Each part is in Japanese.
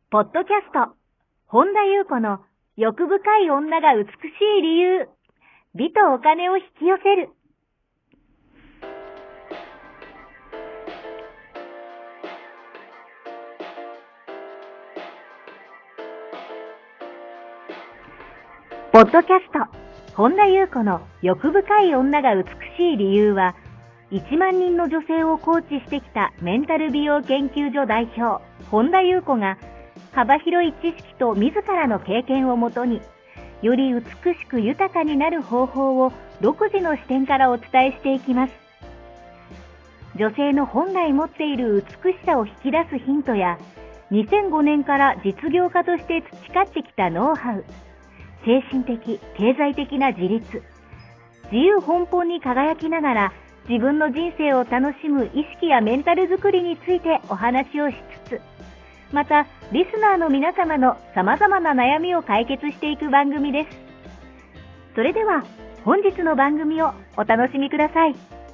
ポッドキャスト、本田裕子の欲深い女が美しい理由、美とお金を引き寄せる。ポッドキャスト、本田裕子の欲深い女が美しい理由は、1万人の女性をコーチしてきたメンタル美容研究所代表、本田裕子が、幅広い知識と自らの経験をもとに、より美しく豊かになる方法を独自の視点からお伝えしていきます。女性の本来持っている美しさを引き出すヒントや、2005年から実業家として培ってきたノウハウ、精神的、経済的な自立、自由奔放に輝きながら自分の人生を楽しむ意識やメンタルづくりについてお話をしつつ、またリスナーの皆様の様々な悩みを解決していく番組です。それでは本日の番組をお楽しみください。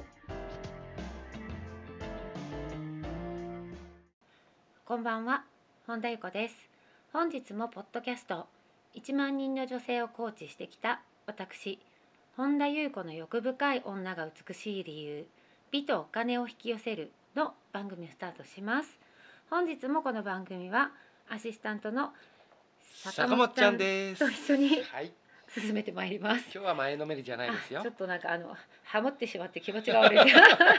こんばんは、本田裕子です。本日もポッドキャスト1万人の女性をコーチしてきた私、本田裕子の欲深い女が美しい理由、美とお金を引き寄せるの番組をスタートします。本日もこの番組はアシスタントの坂本ちゃんですと一緒にはい、 進めてまいります。 今日は前のめりじゃないですよ。 ちょっとなんかハモってしまって気持ちが悪いはい、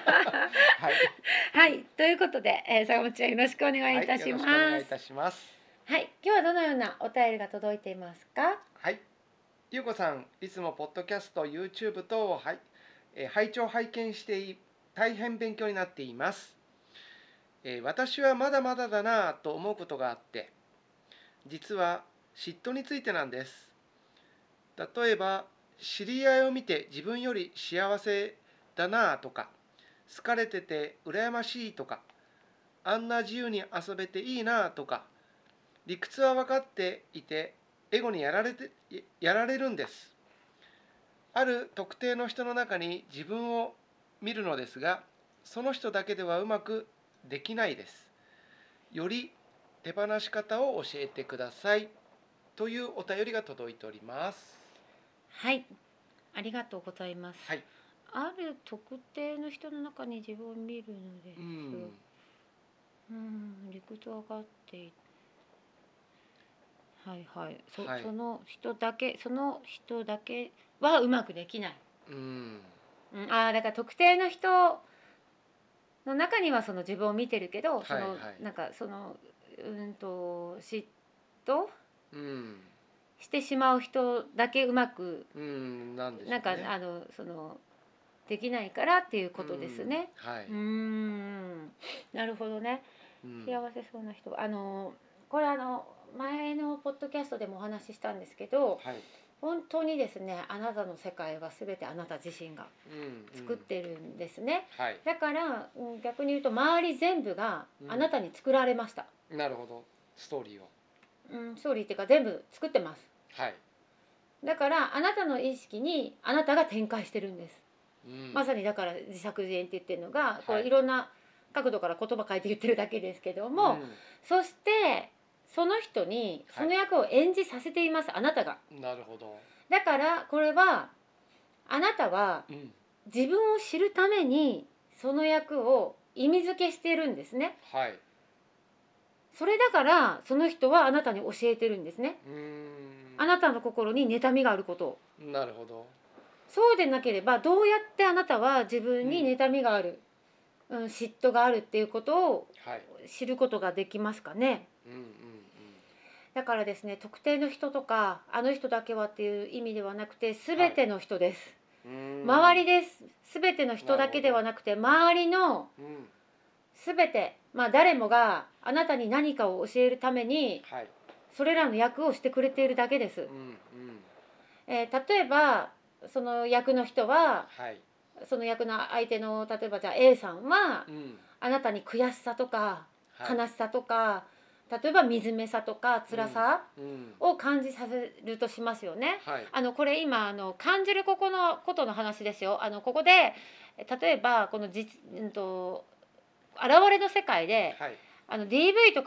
はい、ということで、坂本ちゃんよろしくお願いいたします。 よろしくお願いいたします。 はい、今日はどのようなお便りが届いていますか？ はい、ゆうこさん、いつもポッドキャスト、YouTube 等を拝聴拝見して大変勉強になっています。私はまだまだだなぁと思うことがあって、実は嫉妬についてなんです。例えば、知り合いを見て自分より幸せだなぁとか、好かれてて羨ましいとか、あんな自由に遊べていいなぁとか、理屈は分かっていてエゴにやられるんです。ある特定の人の中に自分を見るのですが、その人だけではうまくできないです。より手放し方を教えてくださいというお便りが届いております。 はい、ありがとうございます。 はい、 ある特定の人の中に自分を見るのです。理屈分かっていて、はいはい、 はい、 その人だけはうまくできない。だから特定の人の中にはその自分を見てるけど、なんかその嫉妬してしまう人だけうまくなんでしょうね。 なんかそのできないからっていうことですね。なるほどね。幸せそうな人、これ前のポッドキャストでもお話ししたんですけど、本当にですね、あなたの世界は全てあなた自身が作ってるんですね。だから逆に言うと周り全部があなたに作られました。 なるほど、ストーリーを。 ストーリーっていうか全部作ってます。だからあなたの意識にあなたが展開してるんです。まさにだから自作自演って言ってるのが、こういろんな角度から言葉変えて言ってるだけですけども、そしてその人にその役を演じさせています、あなたが。 なるほど。 だからこれはあなたは自分を知るためにその役を意味付けしているんですね。それだからその人はあなたに教えてるんですね。あなたの心に妬みがあることを。 なるほど。 そうでなければどうやってあなたは自分に妬みがある、嫉妬があるっていうことを知ることができますかね。だからですね、特定の人とかあの人だけはっていう意味ではなくて、全ての人です。周りです。全ての人だけではなくて周りの全て、誰もがあなたに何かを教えるためにそれらの役をしてくれているだけです。例えばその役の人は、その役の相手の例えばじゃあ A さんは、あなたに悔しさとか悲しさとか、例えば惨めさとか辛さを感じさせるとしますよね。これ今感じることの話ですよ。ここで例えばこの現れの世界で、DV とか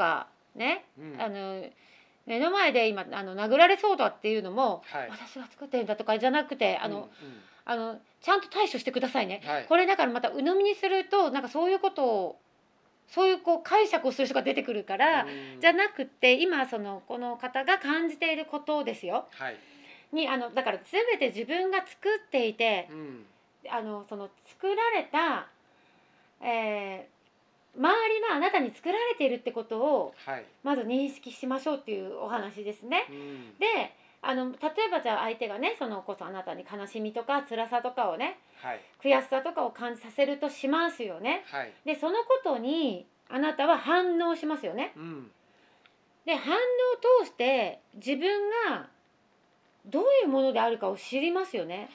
ね、目の前で今殴られそうだっていうのも、私が作ってるんだとかじゃなくてちゃんと対処してくださいね。これだからまた鵜呑みにするとなんかそういうことをそういう解釈をする人が出てくるから、じゃなくて今この方が感じていることですよ。にだから全て自分が作っていて、その作られた、周りはあなたに作られているってことをまず認識しましょうっていうお話ですね。で例えばじゃあ相手がねそのこそあなたに悲しみとか辛さとかをね、悔しさとかを感じさせるとしますよね。でそのことにあなたは反応しますよね。で反応を通して自分がどういうものであるかを知りますよね。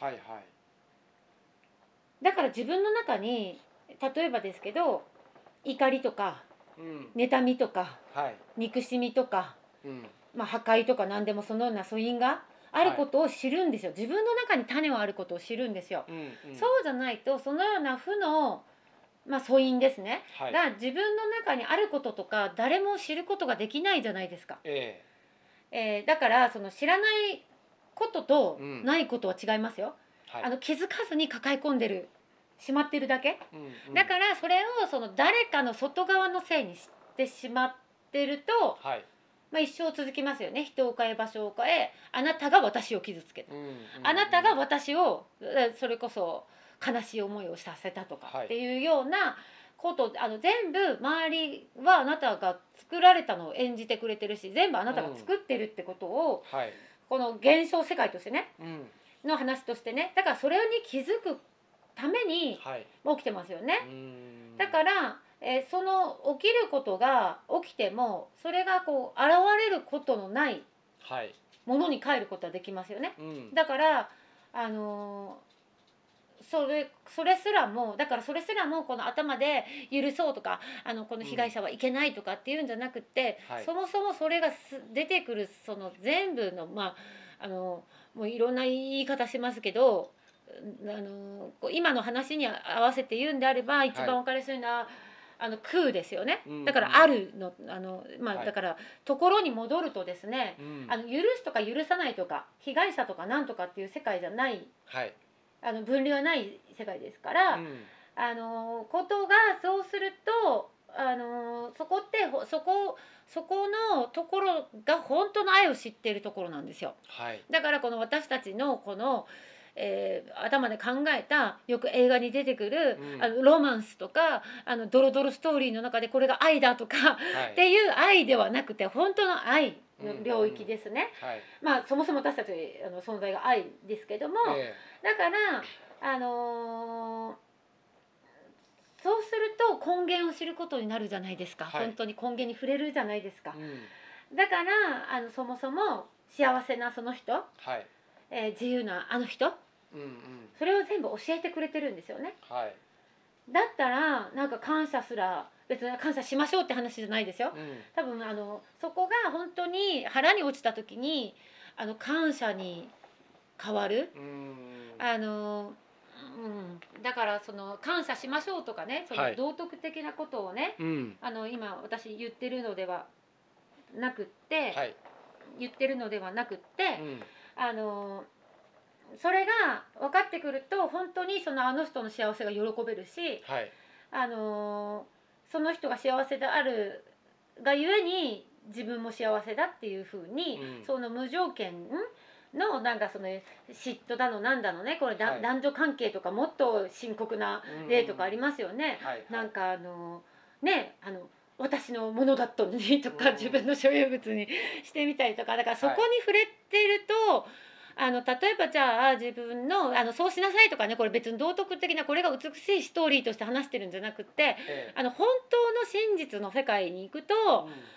だから自分の中に例えばですけど怒りとか、妬みとか、憎しみとか、破壊とか何でもそのような素因があることを知るんですよ。自分の中に種はあることを知るんですよ。そうじゃないとそのような負の素因ですね、が自分の中にあることとか誰も知ることができないじゃないですか。だからその知らないこととないことは違いますよ。気づかずに抱え込んでるしまってるだけ、だからそれをその誰かの外側のせいにしてしまってると、一生続きますよね。人を変え場所を変えあなたが私を傷つけた、あなたが私をそれこそ悲しい思いをさせたとかっていうようなこと全部周りはあなたが作られたのを演じてくれてるし全部あなたが作ってるってことを、この現象世界としてね、の話としてね、だからそれに気づくために起きてますよね。だから、その起きることが起きてもそれがこう現れることのないものに変えることはできますよね。だからそれすらもこの頭で許そうとかこの被害者はいけないとかっていうんじゃなくて、そもそもそれが出てくるその全部のもういろんな言い方しますけど今の話に合わせて言うんであれば一番分かりやすいのは空ですよね。だからあるのだからところに戻るとですね、許すとか許さないとか被害者とかなんとかっていう世界じゃない、分類はない世界ですから、ことがそうするとそこってそこのところが本当の愛を知っているところなんですよ。だからこの私たちのこの頭で考えたよく映画に出てくる、ロマンスとかドロドロストーリーの中でこれが愛だとか、っていう愛ではなくて本当の愛の領域ですね。そもそも私たちの存在が愛ですけども、だからそうすると根源を知ることになるじゃないですか。本当に根源に触れるじゃないですか。だからそもそも幸せなその人、自由なあの人、それを全部教えてくれてるんですよね。だったらなんか感謝すら別に感謝しましょうって話じゃないですよ。多分そこが本当に腹に落ちた時に感謝に変わる。だからその感謝しましょうとかね、その道徳的なことをね、今私言ってるのではなくって、それが分かってくると本当にあの人の幸せが喜べるし、その人が幸せであるがゆえに自分も幸せだっていうふうに、その無条件のなんかその嫉妬だのなんだのね、これ男女関係とかもっと深刻な例とかありますよね。なんか私のものだったのにとか自分の所有物にしてみたりとか、だからそこに触れていると、例えばじゃあ自分のそうしなさいとかね、これ別に道徳的なこれが美しいストーリーとして話してるんじゃなくって、本当の真実の世界に行くと、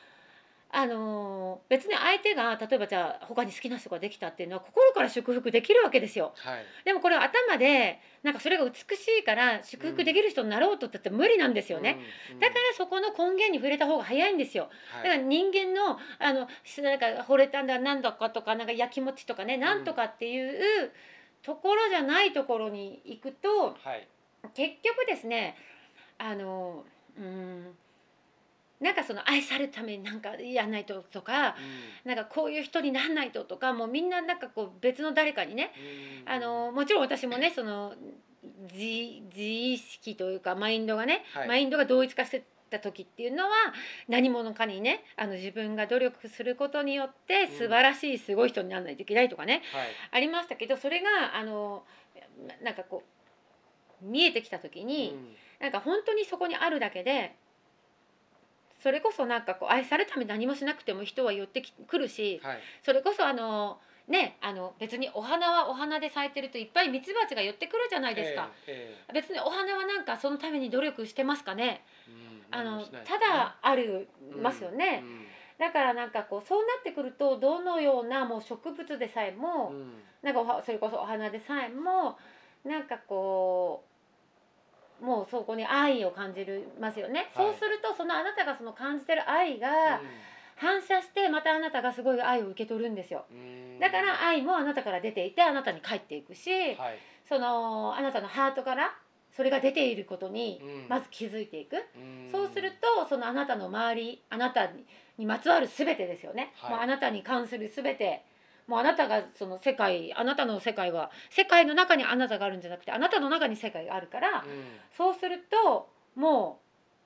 別に相手が例えばじゃあ他に好きな人ができたっていうのは心から祝福できるわけですよ。でもこれは頭でなんかそれが美しいから祝福できる人になろうとって無理なんですよね。だからそこの根源に触れた方が早いんですよ。だから人間のなんか惚れたんだなんだかとかなんかやきもちとかね、なんとかっていうところじゃないところに行くと、結局ですねなんかその愛されるためになんかやんないととか、なんかこういう人になんないととか、もうみんななんかこう別の誰かにね、もちろん私もねその自意識というかマインドがね、マインドが同一化してた時っていうのは何者かにね自分が努力することによって素晴らしいすごい人にならないといけないとかね、ありましたけど、それがなんかこう見えてきた時に、なんか本当にそこにあるだけで、それこそなんかこう愛されるために何もしなくても人は寄ってくるし、それこそね、別にお花はお花で咲いてるといっぱいミツバチが寄ってくるじゃないですか、別にお花はなんかそのために努力してますかね、ただありますよね、だからなんかこうそうなってくると、どのようなもう植物でさえも、なんかそれこそお花でさえもなんかこうもうそこに愛を感じますよね、そうするとそのあなたがその感じてる愛が反射してまたあなたがすごい愛を受け取るんですよ。だから愛もあなたから出ていてあなたに返っていくし、そのあなたのハートからそれが出ていることにまず気づいていく、そうするとそのあなたの周り、あなたにまつわる全てですよね、もうあなたに関する全て、もうあなたがその世界、あなたの世界は世界の中にあなたがあるんじゃなくてあなたの中に世界があるから、そうするとも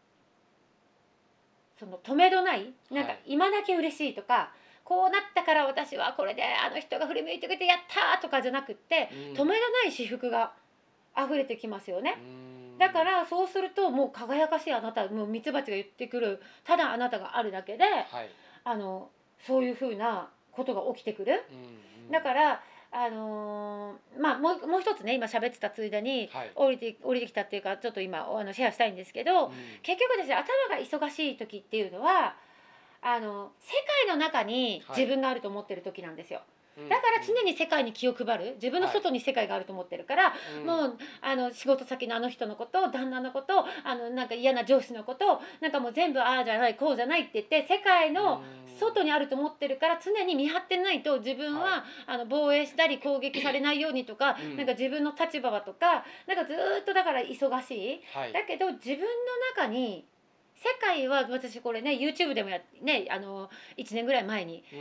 うその止めどない、なんか今だけ嬉しいとか、こうなったから私はこれであの人が振り向いてくれてやったとかじゃなくって、止めどない至福が溢れてきますよね。だからそうするともう輝かしいあなた、もうミツバチが言ってくるただあなたがあるだけで、そういうふうなことが起きてくる、だからまあもう一つね、今喋ってたついでに降りてきたっていうか、ちょっと今シェアしたいんですけど、結局ですね、頭が忙しい時っていうのは世界の中に自分があると思ってる時なんですよ。だから常に世界に気を配る、自分の外に世界があると思ってるから、もう仕事先のあの人のこと、旦那のこと、なんか嫌な上司のこと、なんかもう全部ああじゃないこうじゃないって言って世界の外にあると思ってるから、常に見張ってないと自分は防衛したり攻撃されないようにとか、なんか自分の立場はとか、なんかずっとだから忙しい、だけど自分の中に世界は、私これね YouTube でもね1年ぐらい前に、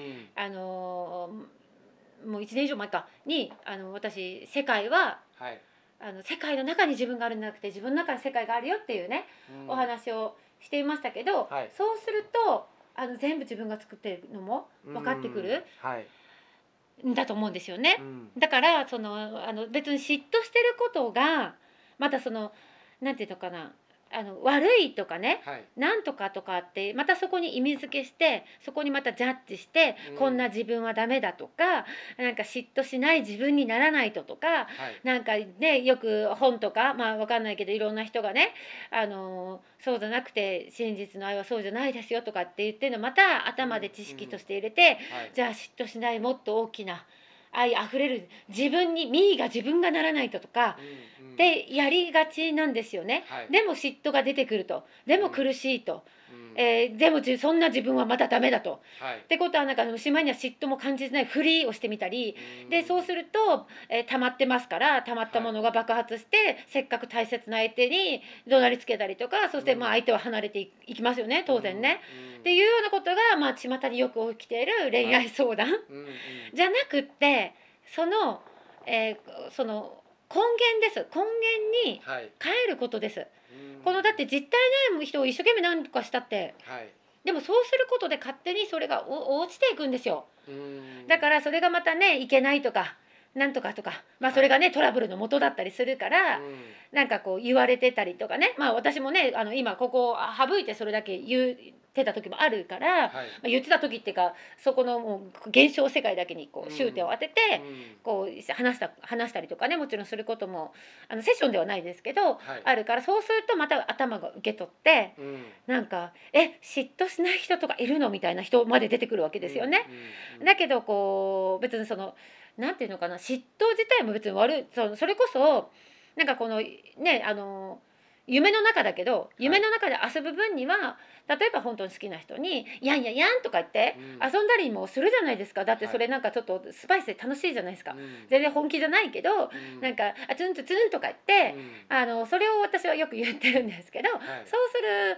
もう1年以上前かに私世界は、世界の中に自分があるんじゃなくて自分の中に世界があるよっていうね、お話をしていましたけど、そうすると全部自分が作ってるのも分かってくるんだと思うんですよね。だから別に嫉妬してることがまたなんていうのかな、悪いとかね、なんとかとかってまたそこに意味付けして、そこにまたジャッジして、こんな自分はダメだとか、なんか嫉妬しない自分にならないとか、なんかねよく本とかまあ分かんないけどいろんな人がねそうじゃなくて真実の愛はそうじゃないですよとかって言ってるのまた頭で知識として入れて、じゃあ嫉妬しないもっと大きな愛あふれる自分にミーが自分がならないととかってやりがちなんですよね。でも嫉妬が出てくると、でも苦しいと、でもそんな自分はまたダメだと、ってことはなんかしまいには嫉妬も感じないふりをしてみたりで、そうすると、溜まってますから溜まったものが爆発して、せっかく大切な相手に怒鳴りつけたりとか、そしてまあ相手は離れていきますよね、当然ね、っていうようなことがまあ巷によく起きている恋愛相談、じゃなくってその根源です。根源に帰ることです。だって実体ない人を一生懸命何とかしたって、でもそうすることで勝手にそれが落ちていくんですよ。だからそれがまたねいけないとかなんとかとか、まあそれがねトラブルの元だったりするから、なんかこう言われてたりとかね、まあ私もね今ここを省いてそれだけ言ってた時もあるから、まあ、言ってた時っていうかそこのもう現象世界だけにこう焦点を当ててこう話したりとかね、もちろんすることもセッションではないですけど、あるから、そうするとまた頭が受け取って、なんか嫉妬しない人とかいるのみたいな人まで出てくるわけですよね。だけどこう別になんていうのかな、嫉妬自体も別に悪い、それこそなんかこのね夢の中だけど、夢の中で遊ぶ分には、例えば本当に好きな人に「やんややん」とか言って遊んだりもするじゃないですか。だってそれなんかちょっとスパイスで楽しいじゃないですか。全然本気じゃないけど、なんか「あツンツンツン」とか言って、それを私はよく言ってるんですけど、そうする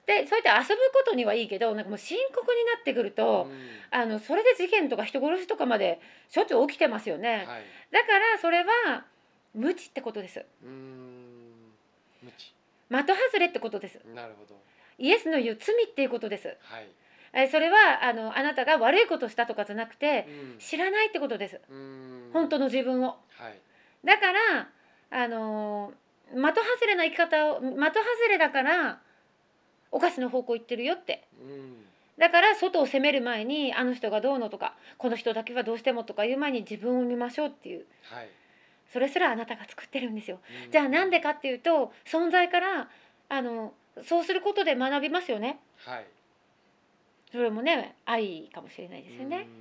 でそうやって遊ぶことにはいいけど、なんかもう深刻になってくると、それで事件とか人殺しとかまでしょっちゅう起きてますよね。 はい、 だからそれは無知ってことです。 無知。 的外れってことです。 なるほど。 イエスの言う罪っていうことです。 はい。 それはあなたが悪いことしたとかじゃなくて、知らないってことです。本当の自分を。 はい、 だから的外れな生き方を、的外れだからおかしな方向行ってるよって。だから外を責める前にあの人がどうのとか、この人だけはどうしてもとか言う前に自分を見ましょうっていう、 はい、 それすらあなたが作ってるんですよ。じゃあなんでかっていうと、存在からそうすることで学びますよね。 はい、 それもね、愛かもしれないですよね。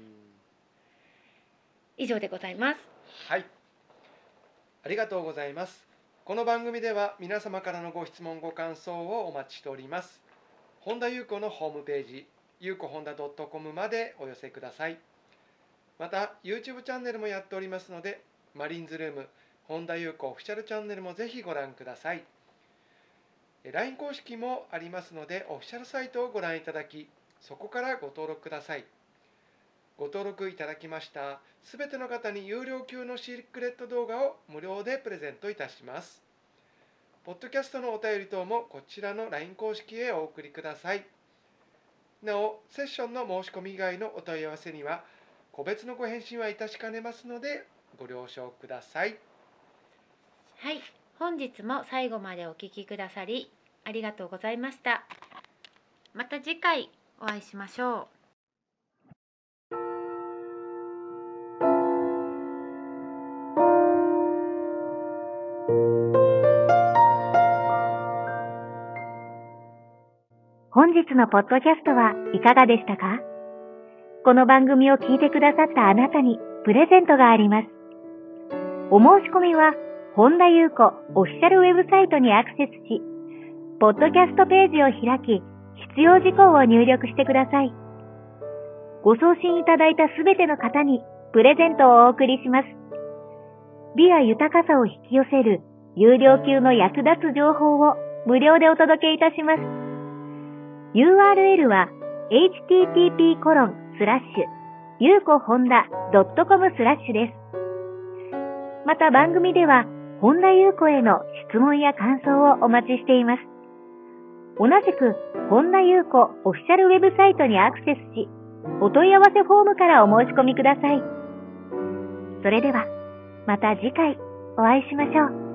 以上でございます。 はい、ありがとうございます。この番組では皆様からのご質問ご感想をお待ちしております。本田裕子のホームページ、ゆうこほんだ .com までお寄せください。また YouTube チャンネルもやっておりますので、マリンズルーム本田裕子オフィシャルチャンネルもぜひご覧ください。 LINE 公式もありますので、オフィシャルサイトをご覧いただき、そこからご登録ください。ご登録いただきましたすべての方に有料級のシークレット動画を無料でプレゼントいたします。ポッドキャストのお便り等もこちらの LINE 公式へお送りください。なお、セッションの申し込み以外のお問い合わせには個別のご返信はいたしかねますのでご了承ください。 はい、本日も最後までお聞きくださりありがとうございました。また次回お会いしましょう。 本日のポッドキャストはいかがでしたか？この番組を聞いてくださったあなたにプレゼントがあります。お申し込みは本田裕子オフィシャルウェブサイトにアクセスし、ポッドキャストページを開き、必要事項を入力してください。ご送信いただいたすべての方にプレゼントをお送りします。美や豊かさを引き寄せる有料級の役立つ情報を無料でお届けいたします。URL は http://yukohonda.com/ です。また番組では本田裕子への質問や感想をお待ちしています。同じく本田裕子オフィシャルウェブサイトにアクセスし、お問い合わせフォームからお申し込みください。それではまた次回お会いしましょう。